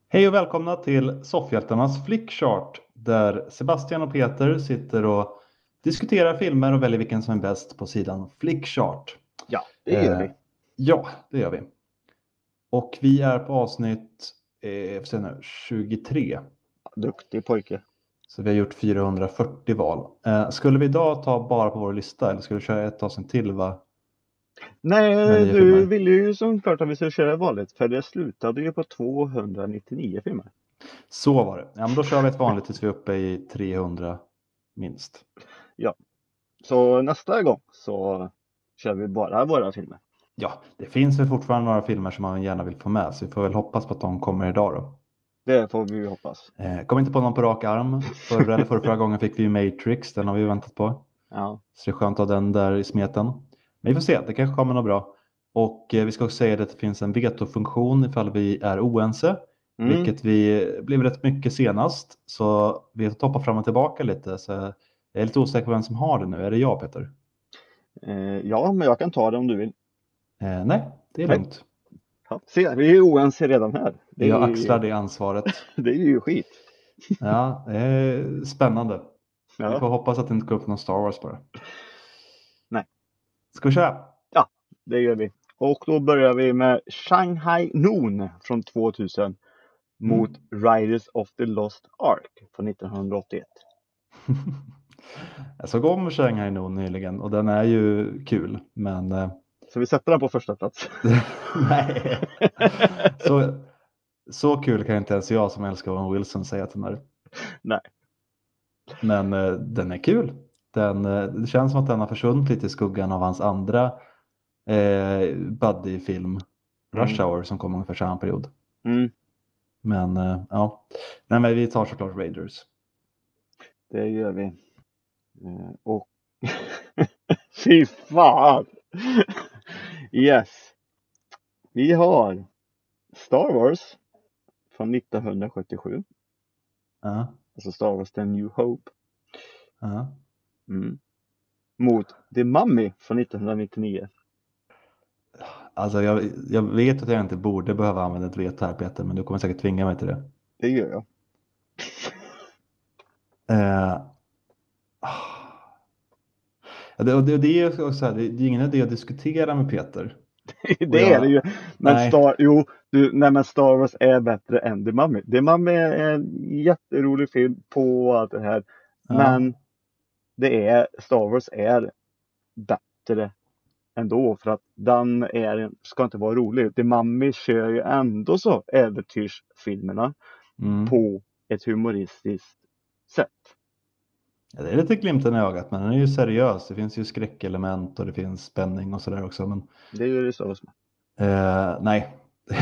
Hej och välkomna till Soffhjältarnas Flickchart där Sebastian och Peter sitter och diskuterar filmer och väljer vilken som är bäst på sidan Flickchart. Ja, det gör vi. Ja, det gör vi. Och vi är på avsnitt 23. Duktig pojke. Så vi har gjort 440 val. Skulle vi idag ta bara på vår lista eller skulle vi köra ett avsnitt till, va? Nej, Med 9 du filmer. ville ju som klart att vi skulle köra vanligt. För det slutade ju på 299 filmer. Så var det. Ja, men då kör vi ett vanligt tills vi är uppe i 300 minst. Ja, så nästa gång så kör vi bara våra filmer. Ja, det finns väl fortfarande några filmer som man gärna vill få med. Så vi får väl hoppas på att de kommer idag då. Det får vi ju hoppas. Kom inte på någon på rak arm. Förra gången fick vi ju Matrix. Den har vi ju väntat på. Ja. Så det är skönt att ha den där i smeten. Men vi får se, det kanske kommer något bra. Och vi ska också säga att det finns en vetofunktion ifall vi är oense. Vilket vi blev rätt mycket senast. Så vi har hoppat fram och tillbaka lite. Så jag är lite osäker på vem som har det nu. Är det jag, Peter? Ja, men jag kan ta det om du vill. Nej, det är lugnt. Ja, se, vi är ju oense redan här. Jag axlar det ansvaret. Det är ju skit. Ja, det är spännande. Ja. Vi får hoppas att det inte går upp någon Star Wars bara. Nej. Ska vi köra? Ja, det gör vi. Och då börjar vi med Shanghai Noon från 2000 mot Riders of the Lost Ark från 1981. Jag såg om Shanghai Noon nyligen och den är ju kul, men... Så vi sätter den på första plats. Nej. Så kul kan inte ens jag som älskar Owen Wilson säga till mig. Nej. Men den är kul. Det känns som att den har försvunnit lite i skuggan av hans andra buddy-film Rush Hour som kom ungefär samma period. Men ja, nej, men vi tar såklart Raiders. Det gör vi. Och fy fan! Yes. Vi har Star Wars från 1977. Alltså Star Wars The New Hope. Mot The Mummy från 1999. Alltså jag vet att jag inte borde behöva använda ett veto här, Peter, men du kommer säkert tvinga mig till det. Det gör jag. Det är också så här, det är ingen idé att diskutera med Peter. Det är det ju. Men Star Wars är bättre än The Mummy. The Mummy är en jätterolig film på allt det här. Ja. Men Star Wars är bättre ändå för att den ska inte vara rolig. The Mummy kör ju ändå så äventyrsfilmerna på ett humoristiskt sätt. Ja, det är lite glimten i ögat, men den är ju seriös. Det finns ju skräckelement och det finns spänning och sådär också. Men... Det gör det Star Wars med. Nej.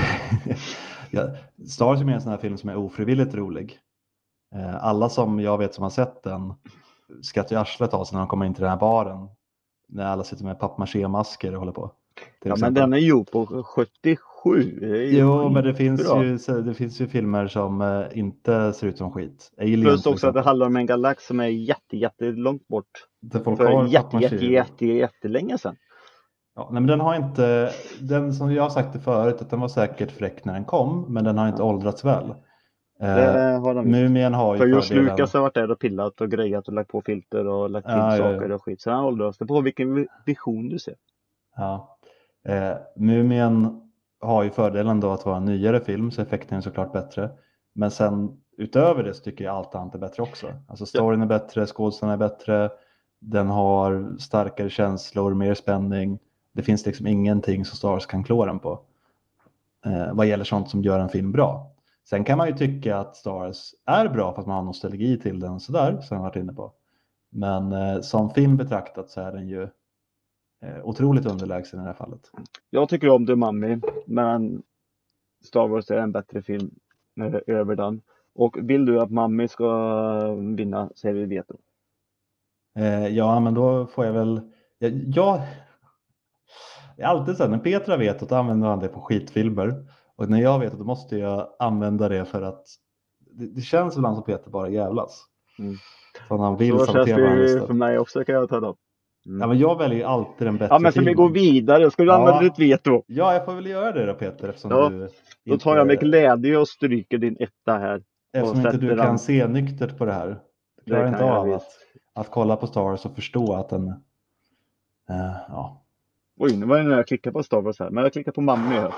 Star Wars är mer en sån här film som är ofrivilligt rolig. Alla som jag vet som har sett den skrattar ju arslet av sig när de kommer in till den här baren. När alla sitter med pappmaché-masker och håller på. Ja, men den är ju på 77. Jo, men det finns ju filmer som inte ser ut som skit. Alien, plus också att det handlar om en galax som är jättelångt bort. För jättelänge sedan. Ja, nej, men den har inte, den som jag har sagt det förut, att den var säkert fräck när den kom, men den har inte åldrats väl. Det har den Mumien har ju för just Lucas har varit där och pillat och grejat och lagt på filter och lagt till saker och skit. Så den åldras det på vilken vision du ser. Ja. Mumien har ju fördelen då att vara en nyare film, så effekten är såklart bättre. Men sen utöver det så tycker jag allt annat är bättre också. Alltså storyn är bättre, skådespelarna är bättre, den har starkare känslor, mer spänning. Det finns liksom ingenting som Star Wars kan klå den på. Vad gäller sånt som gör en film bra. Sen kan man ju tycka att Star Wars är bra för att man har nostalgi till den sådär, som jag varit inne på. Men som film betraktat så är den ju otroligt underlägsen i det här fallet. Jag tycker om The Mummy, men Star Wars är en bättre film över den. Och vill du att Mummy ska vinna så är vi veto. Ja, men då får jag väl... Jag det är alltid så här, när Petra vet att använder han det på skitfilmer. Och när jag vet att då måste jag använda det för att det känns ibland som Peter bara jävlas. Så han vill så känns det för mig också, kan jag ta dem. Ja, men jag väljer ju alltid den bättre Ja, men för vi filmen. går vidare. Ska du använda ditt veto? Ja, jag får väl göra det då, Peter, eftersom Ja, du då tar jag med inte, glädje och stryker din etta här. eftersom Och inte du sätter kan den. se nyktert på det här. Du klarar Det inte kan jag av visst. att kolla på Star Wars och förstå att den, ja. Oj, nu var det när jag klickade på Star Wars här. Men jag klickar på Mammi här.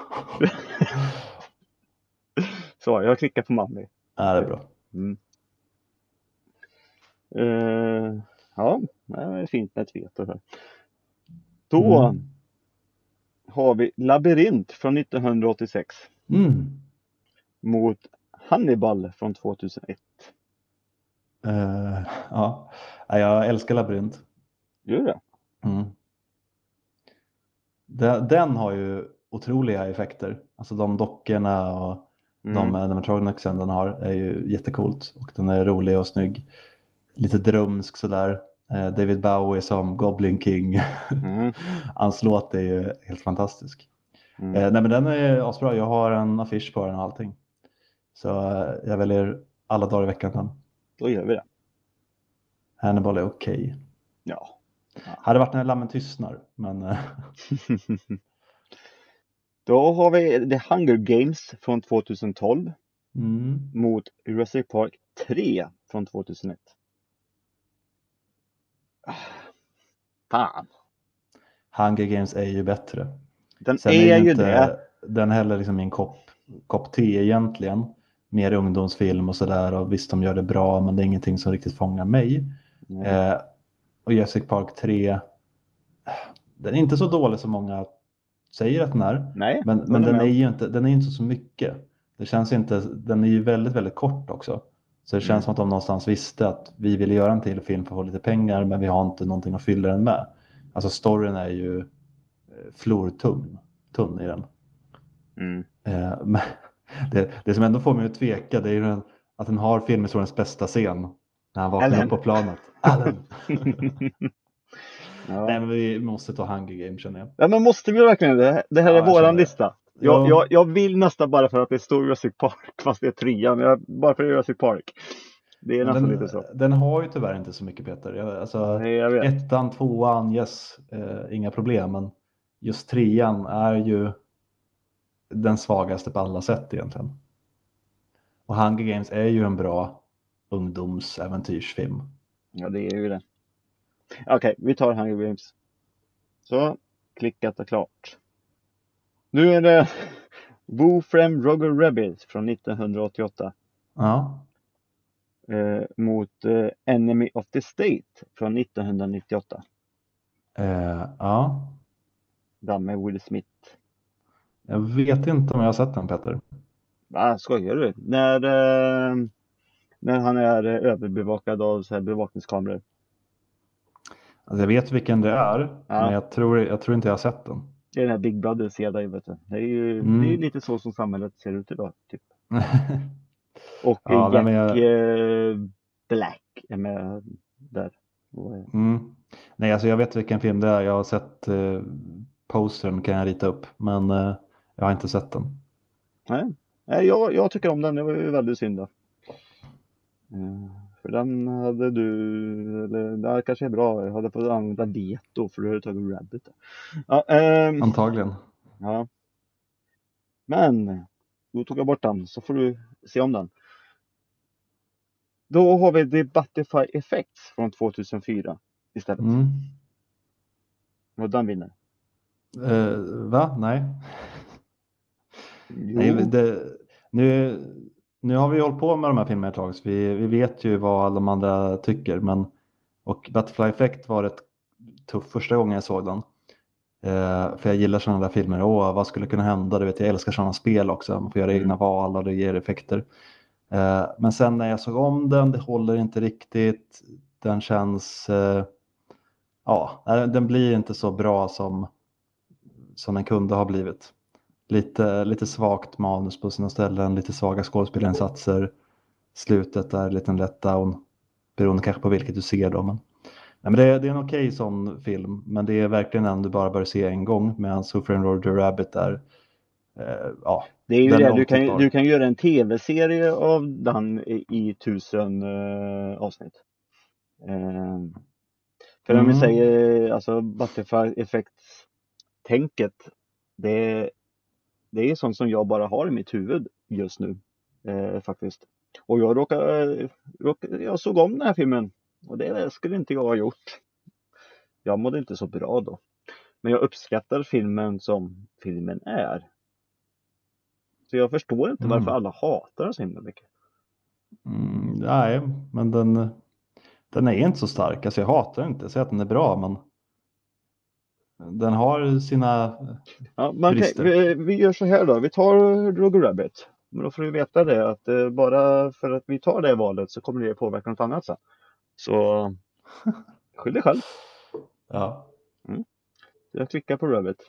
Så, jag klickar på Mammi. Ja, det är bra. Mm. Ja, det är fint med ett veto här. Då har vi Labyrint från 1986 mot Hannibal från 2001. Ja, jag älskar Labyrint. Gör det? Den har ju otroliga effekter. Alltså de dockorna och de animatronicsen den har är ju jättecoolt. Och den är rolig och snygg. Lite drömsk sådär. David Bowie som Goblin King. Hans låt är ju helt fantastisk. Nej, men den är asbra. Jag har en affisch på den och allting. Så jag väljer alla dagar i veckan den. Då gör vi det. Hannibal är okej. Ja. Hade varit när lammen tystnar, men... Då har vi The Hunger Games från 2012 mot Jurassic Park 3 från 2001. Fan. Hunger Games är ju bättre. Den Sen är ju inte det. Den heller liksom min kopp te egentligen. Mer ungdomsfilm och sådär. Och visst, de gör det bra, men det är ingenting som riktigt fångar mig. Och Jurassic Park 3, den är inte så dålig som många säger att den är. Nej, men den är ju inte så mycket. Det känns inte, den är ju väldigt, väldigt kort också. Så det känns som att de någonstans visste att vi ville göra en till film för att få lite pengar, men vi har inte någonting att fylla den med. Alltså storyn är ju flortunn i den. Men det som ändå får mig att tveka, det är ju att den har filmhistoriens bästa scen när han vaknar upp på planet. Alan! Nej, men vi måste ta Hunger Games, känner jag. Ja, men måste vi verkligen det? Det här är våran lista. Jag vill nästan bara för att det står Jurassic Park, fast det är 3:an. Bara för Jurassic Park. Det är nästan lite så. Den har ju tyvärr inte så mycket, Peter. Jag vet. 1:an, 2:an, yes, inga problem. Men just 3:an är ju den svagaste på alla sätt egentligen. Och Hunger Games är ju en bra ungdomsäventyrsfilm. Ja, det är ju det. Okej, vi tar Hunger Games. Så, klickat och klart. Nu är det Wolfram Roger Rabbit från 1988. Ja. Mot Enemy of the State från 1998. Ja. Den med Will Smith. Jag vet inte om jag har sett den, Peter. Skojar du? När han är överbevakad av så här bevakningskameror. Alltså jag vet vilken det är, men jag tror inte jag har sett den. Det är den här Big Brother ser dig, vet du. Det är ju det är lite så som samhället ser ut idag, typ. Och Jack Black är med där. Nej, alltså jag vet vilken film det är. Jag har sett postern, kan jag rita upp, men jag har inte sett den. Nej, jag tycker om den. Det var ju väldigt synd då. För den hade du, eller det kanske är bra, jag hade fått använda veto för du hade tagit Rabbit. Ja, antagligen. Ja. Men då tog jag bort den, så får du se om den. Då har vi The Butterfly Effect från 2004 istället. Och den vinner. Va? Nej. Nej, nu har vi hållit på med de här filmerna ett tag, så vi vet ju vad de andra tycker. Och Butterfly Effect var rätt tuff första gången jag såg den. För jag gillar sådana där filmer. Vad skulle kunna hända? Du vet, jag älskar sådana spel också. Man får göra egna val och det ger effekter. Men sen när jag såg om den, det håller inte riktigt. Den känns... den blir inte så bra som den kunde ha blivit. Lite svagt manus på sina ställen, lite svaga skådespelarinsatser. Slutet är en liten letdown, beroende kanske på vilket du ser då. Men det är en okej sån film, men det är verkligen en du bara bör se en gång, medan Wolfram Roger Rabbit är det är ju det, du kan göra en tv-serie av den i 1000 avsnitt. För om vi säger alltså butterfly-effekt-tänket, det, det är sånt som jag bara har i mitt huvud just nu faktiskt. Och jag såg om den här filmen och det skulle inte jag ha gjort. Jag mådde inte så bra då. Men jag uppskattar filmen som filmen är. Så jag förstår inte varför alla hatar den så himla mycket. Nej, men den är inte så stark. Alltså jag hatar den inte. Jag säger att den är bra, men den har sina Ja, brister. vi gör så här då. Vi tar Roger Rabbit. Men då får du veta det att bara för att vi tar det valet så kommer det påverka något annat sen. Så skyll dig själv. Ja. Jag klickar på Rabbit.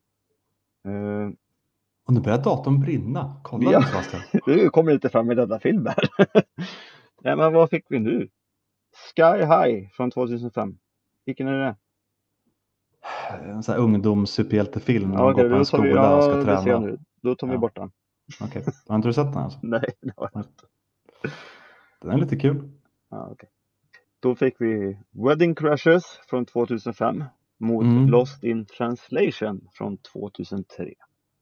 Och nu börjar datorn brinna. Kolla Ja, nu, Sebastian. du kommer inte fram i denna film här. Nej, men vad fick vi nu? Sky High från 2005. Vilken är det? En sån här ungdoms-superhjältefilm när Ja, de går okej, på en då tar vi, skola och ska ja, det ser jag träna. nu. Då tar vi Ja. bort den. Okej. Har inte du sett den alltså? Nej, det har jag inte. Den är lite kul. Ja, okej. Då fick vi Wedding Crashers från 2005 mot Lost in Translation från 2003.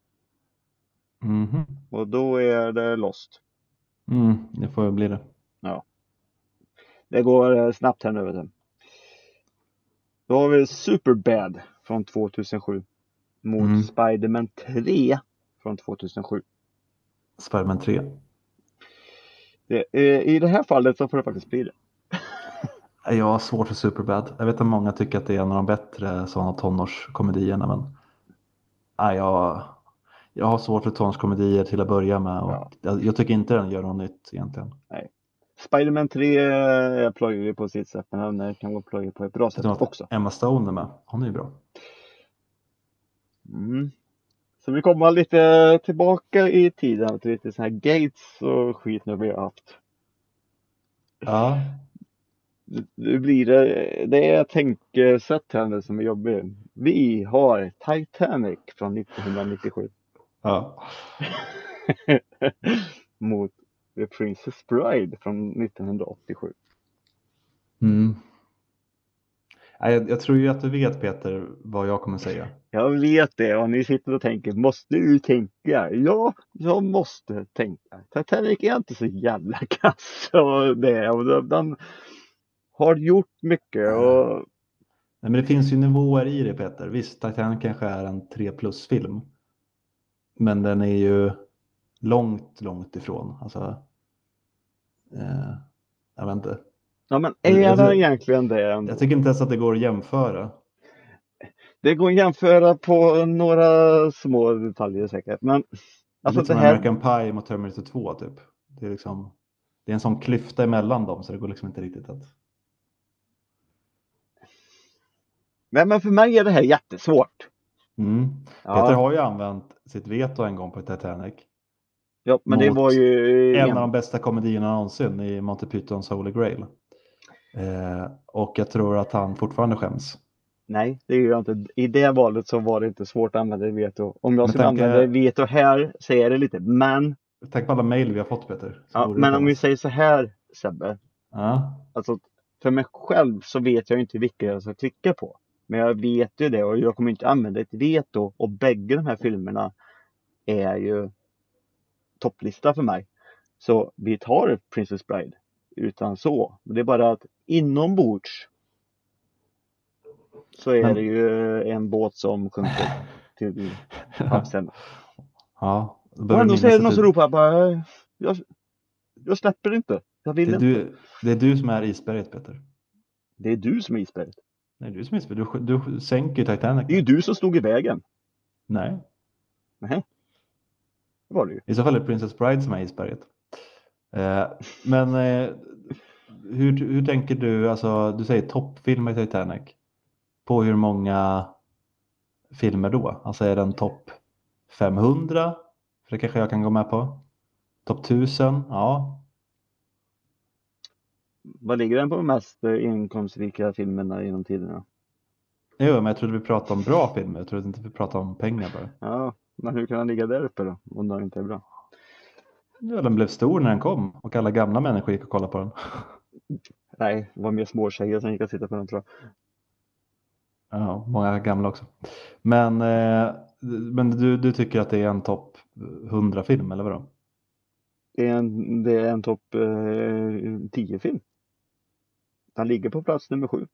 Mhm. Och då är det Lost. Det får ju bli det. Ja. Det går snabbt här nu, vet du. Då har vi Superbad från 2007 mot Spider-Man 3 från 2007. Spider-Man 3. I det här fallet så får det faktiskt bli det. Jag har svårt för Superbad. Jag vet att många tycker att det är en av de bättre sådana tonårskomedierna, men nej, jag har svårt för tonårskomedier till att börja med. Och jag tycker inte den gör något nytt egentligen. Nej. Spider-Man 3 är plöjlig på sitt sätt, men den kan vara plöjlig på ett bra sätt också. Emma Stone är med. Hon är ju bra. Så vi kommer lite tillbaka i tiden till lite så här Gates och skit nu vi har haft. Ja. Nu blir det är tänkesätt här nu som är jobbigt. Vi har Titanic från 1997. Ja. Mot The Princess Bride från 1987. Jag tror ju att du vet, Peter, vad jag kommer säga. Jag vet det, och ni sitter och tänker, måste du tänka? Ja, jag måste tänka. Titanic är inte så jävla kass och den har gjort mycket och... Nej, men det finns ju nivåer i det, Peter. Visst, Titanic kanske är en 3+-film. Men den är ju långt ifrån. Alltså, jag vet inte. Ja, men är det egentligen det ändå? Jag tycker inte ens att det går att jämföra. Det går att jämföra på några små detaljer säkert, men... Alltså, lite som American Pie mot Terminator 2 typ. Det är liksom... Det är en sån klyfta emellan dem, så det går liksom inte riktigt att... Nej, men för mig är det här jättesvårt. Peter har ju använt sitt veto en gång på Titanic. Ja, men det var ju... En av de bästa komedierna någonsin i Monty Pythons Holy Grail. Och jag tror att han fortfarande skäms. Nej, det är ju inte. I det valet så var det inte svårt att använda veto. Om jag skulle använda veto här så är det lite, men... Tack på alla mejl vi har fått, Peter. Ja, men om vi säger så här, Sebbe. Ja. Alltså, för mig själv så vet jag inte vilka jag ska klicka på. Men jag vet ju det och jag kommer inte använda ett veto. Och bägge de här filmerna är ju topplista för mig. Så vi tar Princess Bride utan så. Det är bara att inombords så är det ju en båt som sjunker till havsen. Ja. Och ändå så är det någon som ropar bara, jag släpper inte. Jag vill inte. Det är du som är isberget, Peter. Det är du som är isberget. Nej, du som är isberget. Du sänker Titanic. Det är ju du som stod i vägen. Nej. Nej. Det var det ju. I så fall är det Princess Bride som är isberget. Men hur tänker du, alltså du säger toppfilm i Titanic. På hur många filmer då? Alltså är den topp 500? För det kanske jag kan gå med på. Topp 1000? Ja. Vad ligger den på de mest inkomstrika filmerna genom tiderna? Jo, men jag trodde vi pratade om bra filmer. Jag trodde inte vi pratade om pengar bara. Ja, men hur kan den ligga där uppe då? Om den inte är bra. Ja, den blev stor när den kom. Och alla gamla människor gick och kollade på den. Nej, det var mer små tjejer som gick och tittade på den, tror jag. Ja, många gamla också. Men du tycker att det är en topp 100-film, eller vadå? Det är en topp 10-film. Han ligger på plats nummer 7.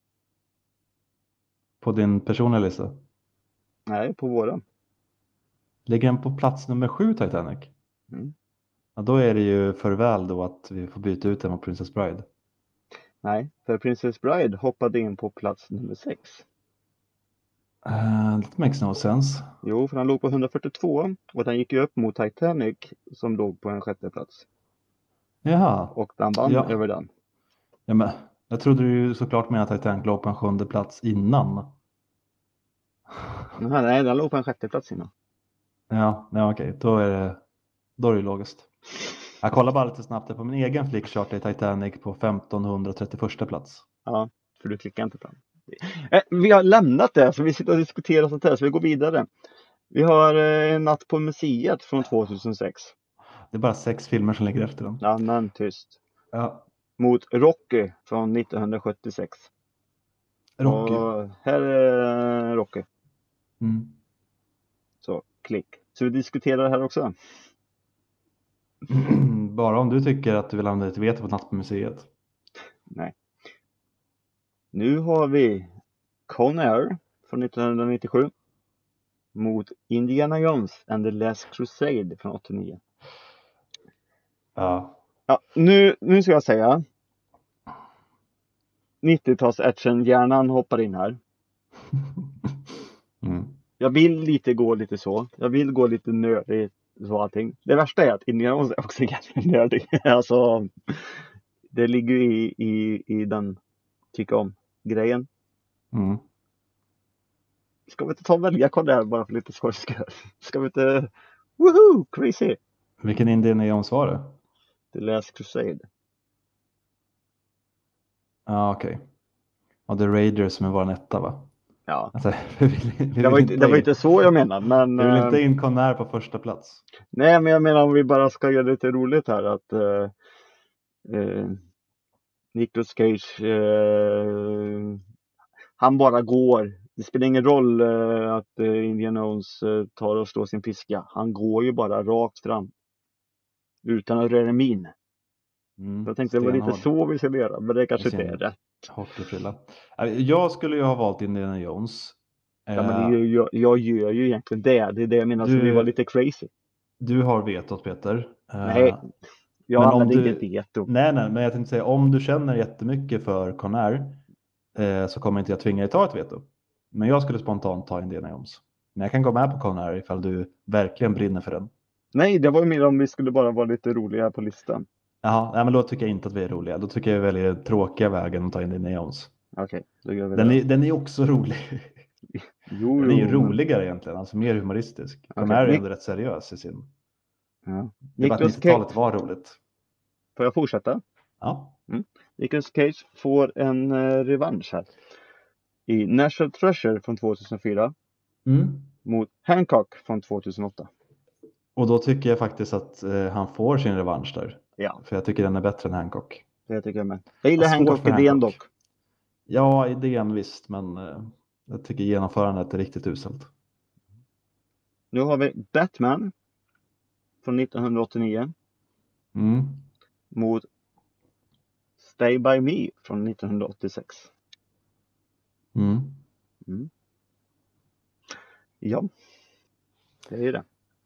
På din personliga lista? Nej, på våran. Ligger den på plats nummer 7, Titanic? Mm. Ja, då är det ju för väl då att vi får byta ut den mot Princess Bride. Nej, för Princess Bride hoppade in på plats nummer 6. That makes no sense. Jo, för han låg på 142 och den gick ju upp mot Titanic som låg på en sjätte plats. Jaha. Och den vann Ja. över den. Ja, men jag trodde du ju såklart menade att Titanic låg på en 7:e plats innan. Nej, den låg på en sjätte plats innan. Ja, okej. Då är det ju logiskt. Jag kollar bara lite snabbt. På min egen flickchart är Titanic på 1531 plats. Ja, för du klickar inte på den. Vi har lämnat det, så vi sitter och diskuterar sånt här, så vi går vidare. Vi har En natt på museet från 2006. Det är bara 6 filmer som ligger efter den. Ja, men tyst. Ja, Mot Rocky från 1976. Rocky. Och här är Rocky. Mm. Så, klick. Så vi diskuterar det här också. Bara om du tycker att du vill använda ditt veto på Natt på museet. Nej. Nu har vi Con Air från 1997 mot Indiana Jones and the Last Crusade från 89. Ja. Ja, nu ska jag säga 90-tals action-hjärnan hoppar in här. Mm. Jag vill gå lite så. Jag vill gå lite nördigt så allting. Det värsta är att Indiana Jones är också ganska nördig. Alltså, det ligger ju i den tycka om grejen. Mm. Ska vi inte ta och välja Con Air bara för lite skojs skull? Ska vi inte... Woohoo! Crazy! Vilken Indiana Jones var det? The Last Crusade. Ja, okej. Och The Raiders som är vår etta, va? Ja. Alltså, Det var inte så jag menade, men... Vi vill inte in Conair på första plats. Nej, men jag menar om vi bara ska göra det lite roligt här att Nicolas Cage han bara går. Det spelar ingen roll att Indiana Jones tar och slår sin piska. Han går ju bara rakt fram. Utan att röra min. Jag tänkte det var lite så vi skulle göra, men det kanske inte är rätt. Hockeyfrilla. Jag skulle ju ha valt Indiana Jones. Ja, men jag gör ju egentligen det. Det är det jag menar, så vi var lite crazy. Du har vetot, Peter. Nej, jag använder inget veto. Nej, men jag tänkte säga, om du känner jättemycket för Conair så kommer inte jag tvinga dig ta ett veto. Men jag skulle spontant ta Indiana Jones. Men jag kan gå med på Conair ifall du verkligen brinner för den. Nej, det var ju mer om vi skulle bara vara lite roliga på listan. Jaha, nej, men då tycker jag inte att vi är roliga. Då tycker jag vi väljer den tråkiga vägen att ta Indiana Jones. Okej, då gör vi det. Den är också rolig. Jo, den är ju roligare egentligen, alltså mer humoristisk. Conair är ändå rätt seriös i sin... Ja. Det var att 90-talet var roligt. Får jag fortsätta? Ja. Nicolas Cage får en revansch här. I National Treasure från 2004 mot Hancock från 2008. Och då tycker jag faktiskt att han får sin revansch där. Ja. För jag tycker den är bättre än Hancock. Det tycker jag med. Jag gillar Hancock-idén dock. Ja, idén visst, men jag tycker genomförandet är riktigt uselt. Nu har vi Batman från 1989 mot Stay By Me från 1986. Ja, det är det.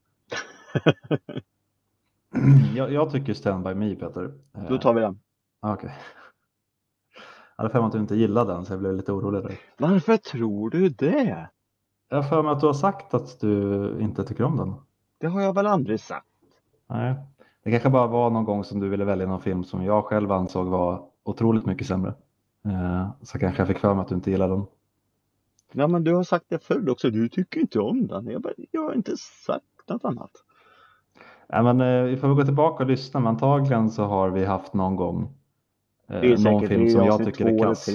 jag tycker Stand By Me, Peter. Då tar vi den. Okej. Jag hade för mig att du inte gillade den, så jag blev lite orolig där. Varför tror du det? Jag har för mig att du har sagt att du inte tycker om den. Det har jag väl aldrig sagt. Nej, det kanske bara var någon gång som du ville välja någon film som jag själv ansåg var otroligt mycket sämre. Så kanske jag fick för mig att du inte gillade den. Ja, men du har sagt det förr också. Du tycker inte om den. Jag har inte sagt något annat. Ja, men vi får gå tillbaka och lyssna. Men antagligen så har vi haft någon gång någon film som jag tycker är kass.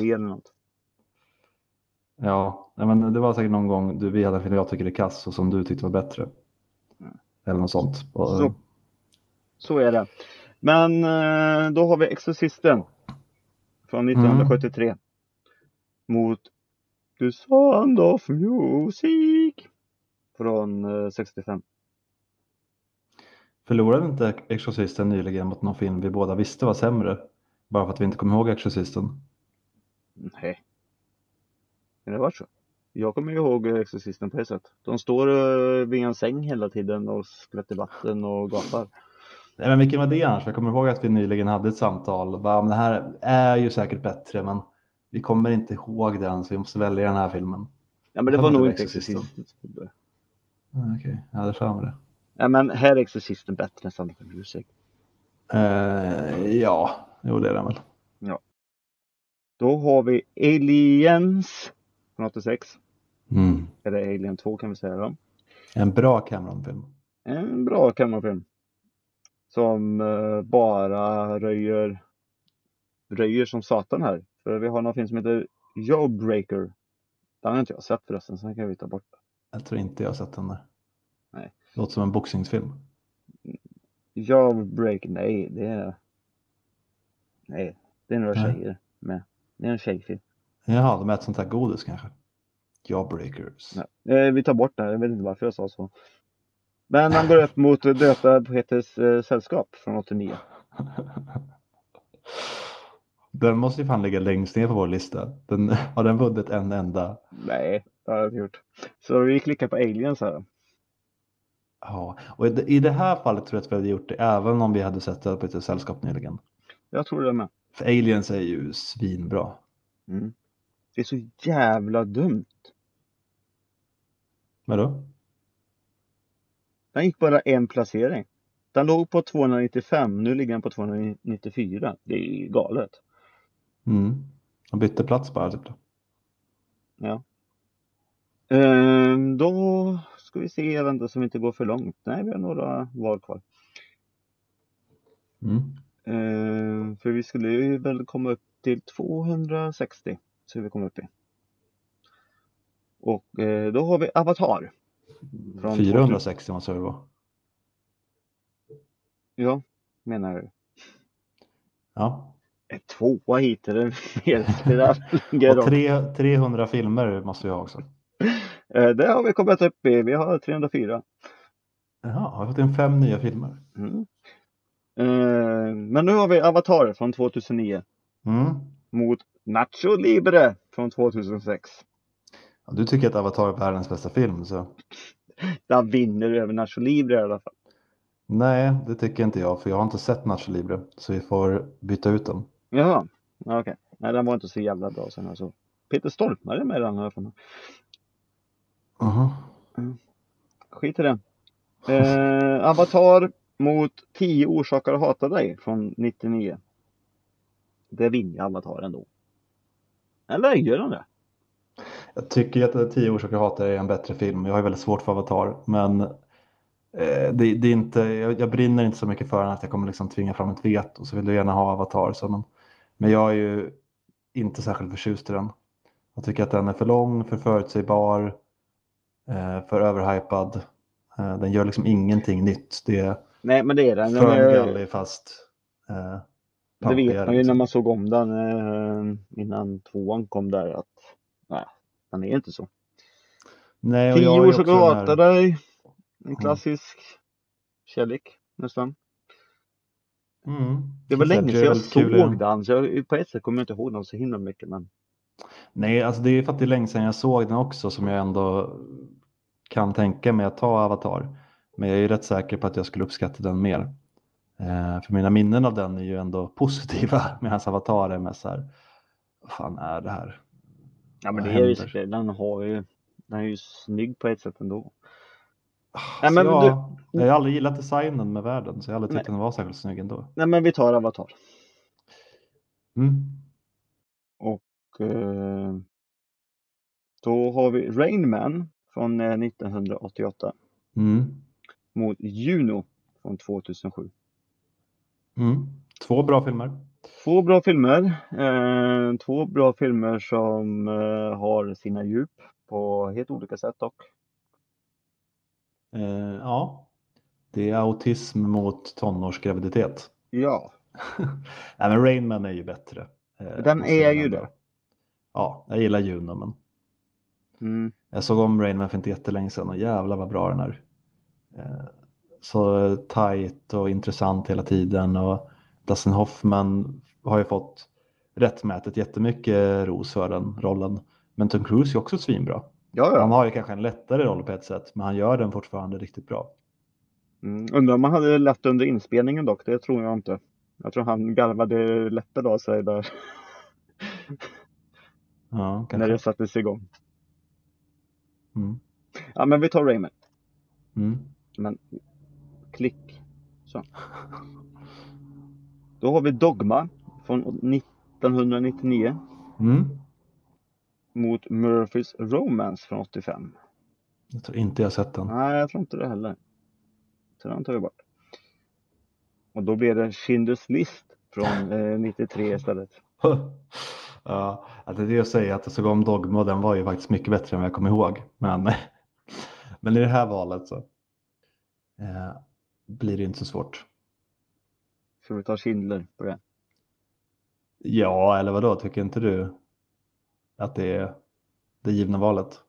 Ja, men det var säkert någon gång vi hade en film jag tycker är kass och som du tyckte var bättre. Eller något sånt. Så är det. Men då har vi Exorcisten från 1973 mot The Sound of Music från 65. Förlorade inte Exorcisten nyligen mot någon film vi båda visste var sämre? Bara för att vi inte kommer ihåg Exorcisten. Nej. Men det var så. Jag kommer ihåg Exorcisten på ett sätt. De står vid en säng hela tiden och skvätter vatten och gapar. Nej, men vilken var det annars? Jag kommer ihåg att vi nyligen hade ett samtal. Bara, men det här är ju säkert bättre, men vi kommer inte ihåg den, så vi måste välja den här filmen. Ja, men det var nog inte Exorcisten. Okej, jag hade för mig det. Ja, men här är Exorcisten bättre än Sound of Music. Ja, jo det är den väl. Ja. Då har vi Aliens från 86. Eller Alien 2 kan vi säga då. En bra Cameron-film. En bra Cameron-film. Som bara röjer som satan här. För vi har någon film som heter Jawbreaker. Den har inte jag sett förresten, så den kan vi ta bort. Jag tror inte jag har sett den där. Nej. Låter som en boxningsfilm. Jawbreaker, nej, det är några tjejer med. Det är en tjejfilm. Jaha, de äter sånt här godis kanske. Jawbreakers. Vi tar bort det här, jag vet inte varför jag sa så. Men han går upp mot Döda Peters sällskap från 89. Den måste ju fan ligga längst ner på vår lista. Har den vunnit en enda? Nej, det har jag inte gjort. Så vi klickar på Aliens här. Ja, och i det här fallet tror jag att vi hade gjort det även om vi hade sett det på ett sällskap nyligen. Jag tror det med. För Aliens är ju svinbra. Det är så jävla dumt. Vadå? Den gick bara en placering. Den låg på 295, nu ligger den på 294. Det är galet. Han bytte plats bara typ då. Ja. Då ska vi se vänta så vi inte går för långt. Nej, vi har några val kvar. För vi skulle ju väl komma upp till 260. Så vi kommer upp i. Och då har vi Avatar. Från 460 måste det vara. Ja, menar jag. Ja. Ett tvåa hit är det Och 300 filmer måste vi ha också. Det har vi kommit upp i. Vi har 304. Jaha, har vi fått in 5 nya filmer? Men nu har vi Avatar från 2009. Mot Nacho Libre från 2006. Ja, du tycker att Avatar är världens bästa film, så... Den vinner över Nacho Libre i alla fall. Nej, det tycker inte jag, för jag har inte sett Nacho Libre. Så vi får byta ut den. Jaha, okej. Nej, den var inte så jävla bra sen alltså. Peter Stormare är med den här för mig. Skit i den. Avatar mot 10 orsaker att hata dig från 99. Det vinner Avatar ändå. Eller gör den det? Jag tycker att 10 orsaker att hata dig är en bättre film. Jag har väldigt svårt för Avatar, men det är inte, jag brinner inte så mycket för den att jag kommer liksom tvinga fram ett veto, så vill du gärna ha Avatar. Så men jag är ju inte särskilt förtjust i den. Jag tycker att den är för lång, för förutsägbar, för överhypad. Den gör liksom ingenting nytt. Nej, men det är den. Ferngully fast det vet man ju när man såg om den innan 2:an kom där att nej, den är inte så. Nej, 10 år så hatar dig. En klassisk kärlek nästan. Det var länge sedan jag såg den, så jag, på ett sätt kommer jag inte ihåg den så himla mycket. Men... Nej, alltså det är för att det är länge sedan jag såg den också som jag ändå kan tänka mig att ta Avatar. Men jag är rätt säker på att jag skulle uppskatta den mer. För mina minnen av den är ju ändå positiva, medan Avatar är mest så här, vad fan är det här? Ja, men det är ju, den är ju snygg på ett sätt ändå. Nej, men jag har aldrig gillat designen med världen, så jag har aldrig tyckt att den var särskilt snygg ändå. Nej, men vi tar Avatar. Och då har vi Rain Man från 1988 mot Juno från 2007. 2 bra filmer. 2 bra filmer. 2 bra filmer som har sina djup på helt olika sätt dock. Ja, det är autism mot tonårsgraviditet. Ja. Nej, men Rain Man är ju bättre. Den är ju det. Ja, jag gillar Juno, men Mm. Jag såg om Rain Man för inte jättelänge sedan och jävlar vad bra den är. Så tight och intressant hela tiden, och Dustin Hoffman har ju fått rättmätigt jättemycket ros för den rollen. Men Tom Cruise är också svinbra. Ja. Han har ju kanske en lättare roll på ett sätt, men han gör den fortfarande riktigt bra. Undrar om han hade lätt under inspelningen dock, det tror jag inte. Jag tror han garvade läppen av sig där Ja, när kanske. det sattes igång. Mm. Ja, men vi tar Raymond. Mm. Men klick. Så. Då har vi Dogma från 1999 Mm. mot Murphys Romance från 85. Jag tror inte jag har sett den. Nej, jag tror inte det heller. Så den tar vi bort. Och då blir det Schindler's List från 93 istället. Ja, det är det jag säger, att jag såg om Dogma och den var ju faktiskt mycket bättre än vad jag kommer ihåg. Men i det här valet så blir det inte så svårt. Ska vi ta Schindler på det? Ja, eller vadå? Tycker inte du att det är det givna valet?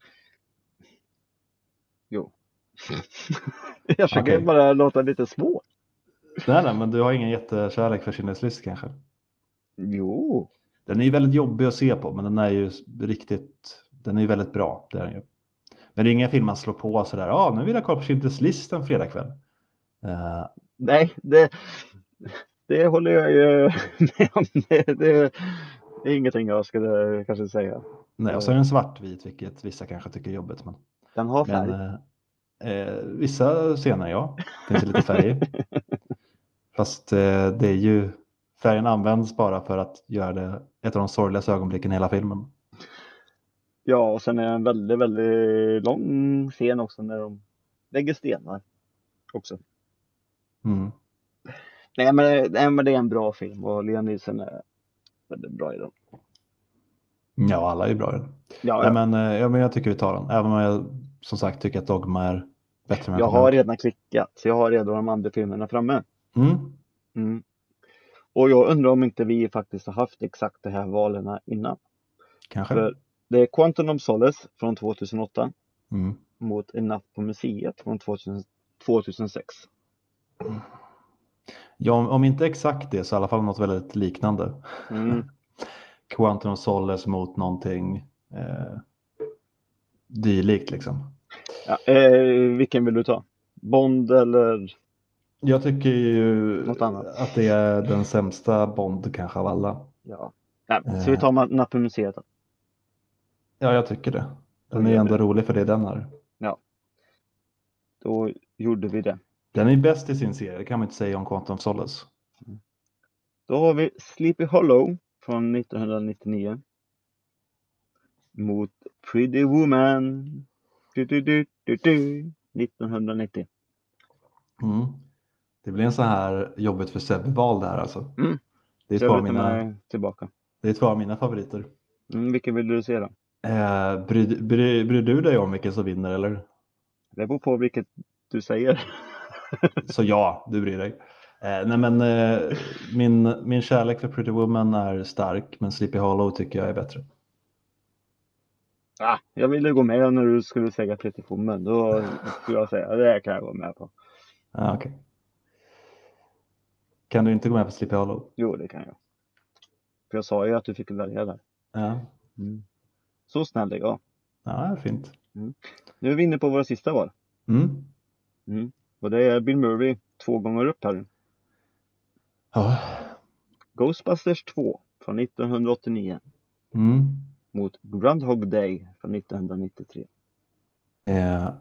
Jo. Jag försöker Okej. bara låta lite svårt. Nej, men du har ingen jättekärlek för Schindler's List kanske? Jo. Den är ju väldigt jobbig att se på, men den är ju den är ju väldigt bra. Det är den ju. Men det är ingen film man slår på sådär, nu vill jag kolla på Schindler's List en fredagkväll. Nej, det håller jag ju med om. Det är ingenting jag skulle kanske säga. Nej, och så är den svartvit, vilket vissa kanske tycker är jobbigt. Men, Den har färg. Vissa scener, ja. Finns det lite färg i. Fast det är ju, färgen används bara för att göra det ett av de sorgligaste ögonblicken i hela filmen. Ja, och sen är det en väldigt, väldigt lång scen också när de lägger stenar också. Mm. Nej, men det är en bra film och Liam Neeson är väldigt bra i den. Ja, alla är ju bra i den. Ja. Men jag tycker vi tar den. Även om jag som sagt tycker att Dogma är bättre än jag har redan klickat, så jag har redan de andra filmerna framme. Mm. Och jag undrar om inte vi faktiskt har haft exakt de här valen innan. Kanske. För det är Quantum of Solace från 2008 Mm. mot En natt på museet från 2006. Ja, om inte exakt det så i alla fall något väldigt liknande. Quantum of Solace mot någonting dylikt liksom. Ja, vilken vill du ta? Bond eller? Jag tycker ju något annat. Att det är den sämsta Bond kanske av alla. Ja. Så vi tar Natt på museet då? Ja, jag tycker det. Den är ändå rolig för det den är. Ja. Då gjorde vi det. Den är bäst i sin serie, det kan man inte säga om Quantum of Solace. Då har vi Sleepy Hollow från 1999 mot Pretty Woman 1990. Det blir en så här jobbigt för Sebbe-val där alltså. Det är två av mina favoriter. Vilken vill du se då? Bryr du dig om vilken som vinner eller? Det beror på vilket du säger. Så ja, du bryr dig. Min kärlek för Pretty Woman är stark, men Sleepy Hollow tycker jag är bättre. Jag ville gå med när du skulle säga Pretty Woman. Då skulle jag säga, det kan jag gå med på. Okej. Kan du inte gå med på Sleepy Hollow? Jo, det kan jag. För jag sa ju att du fick välja där. Ja. Så snäll är jag. Ja, fint. Nu är vi inne på våra sista val. Och det är Bill Murray 2 gånger upp här. Ja. Ghostbusters 2 från 1989 mot Groundhog Day från 1993. Ja.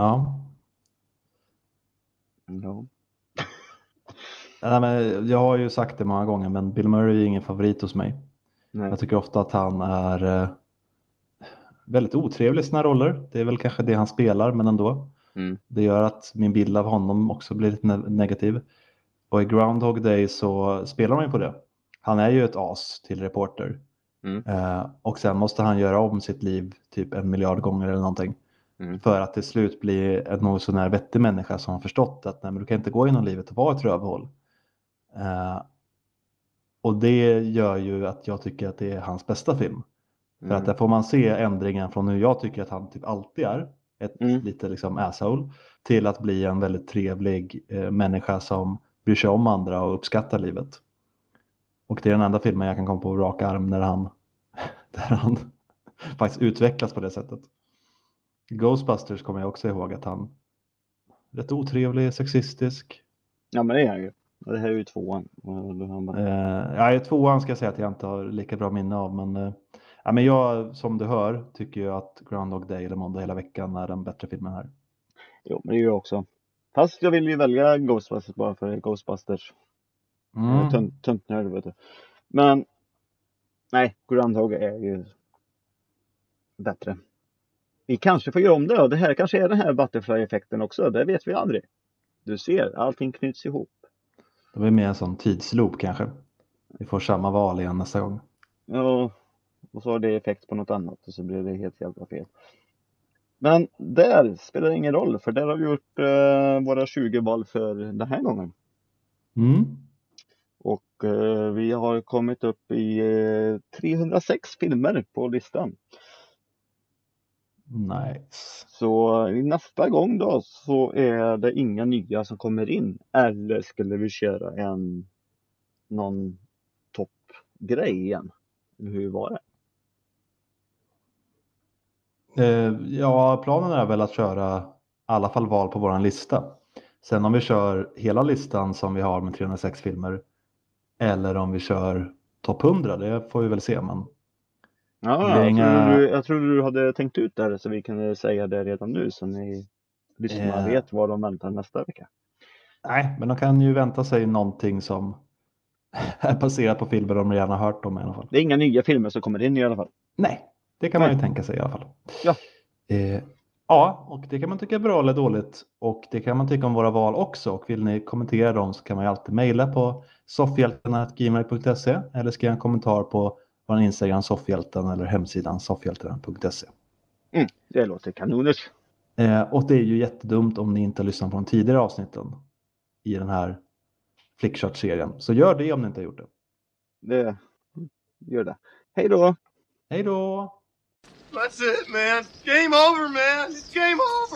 Nej, men jag har ju sagt det många gånger, men Bill Murray är ingen favorit hos mig. Nej. Jag tycker ofta att han är väldigt otrevlig i sina roller. Det är väl kanske det han spelar, men ändå. Det gör att min bild av honom också blir lite negativ. Och i Groundhog Day så spelar man ju på det. Han är ju ett as till reporter. Och sen måste han göra om sitt liv typ 1 miljard gånger eller någonting. För att till slut bli en något sån här vettig människa som har förstått att nej, men du kan inte gå inom livet och vara ett rövhål. Och det gör ju att jag tycker att det är hans bästa film. För att där får man se ändringen från hur jag tycker att han typ alltid är. Lite liksom asshole. Till att bli en väldigt trevlig människa som bryr sig om andra och uppskattar livet. Och det är den enda filmen jag kan komma på rak arm där han faktiskt utvecklas på det sättet. Ghostbusters kommer jag också ihåg att han är rätt otrevlig, sexistisk. Ja, men det är han ju. Det här är ju 2:an. Ja, i 2:an ska jag säga att jag inte har lika bra minne av. Men jag, som du hör, tycker ju att Groundhog Day eller Måndag hela veckan är den bättre filmen här. Jo, men det är ju också. Fast jag vill ju välja Ghostbusters bara för Ghostbusters. Tunt nörd, vet du. Men nej, Groundhog är ju bättre. Vi kanske får göra om det då. Det här kanske är den här Butterfly-effekten också. Det vet vi aldrig. Du ser, allting knyts ihop. Det blir mer en sån tidsloop kanske. Vi får samma val igen nästa gång. Ja, och så har det effekt på något annat och så blir det helt jävla fel. Men där spelar det ingen roll, för där har vi gjort våra 20 val för den här gången. Och vi har kommit upp i 306 filmer på listan. Nice. Så nästa gång då så är det inga nya som kommer in. Eller skulle vi köra någon toppgrej igen? Hur var det? Ja, planen är väl att köra i alla fall val på våran lista. Sen om vi kör hela listan som vi har med 306 filmer. Eller om vi kör topp 100, det får vi väl se. Men ja, jag tror du hade tänkt ut det här så vi kan säga det redan nu så ni lyssnarna vet vad de väntar nästa vecka. Nej, men de kan ju vänta sig någonting som är baserat på filmer de redan har hört om i alla fall. Det är inga nya filmer som kommer in i alla fall. Nej, det kan man ju tänka sig i alla fall. Ja. Ja, och det kan man tycka är bra eller dåligt. Och det kan man tycka om våra val också. Och vill ni kommentera dem så kan man ju alltid mejla på soffhjälten@gmail.se eller skriva en kommentar på vår Instagram soffhjälten eller hemsidan soffhjälten.se. Det låter kanoners. Och det är ju jättedumt om ni inte lyssnar på de tidigare avsnitten i den här Flickshot-serien. Så gör det om ni inte har gjort det. Det gör det. Hej då! Hej då! That's it, man. Game over, man. It's game over.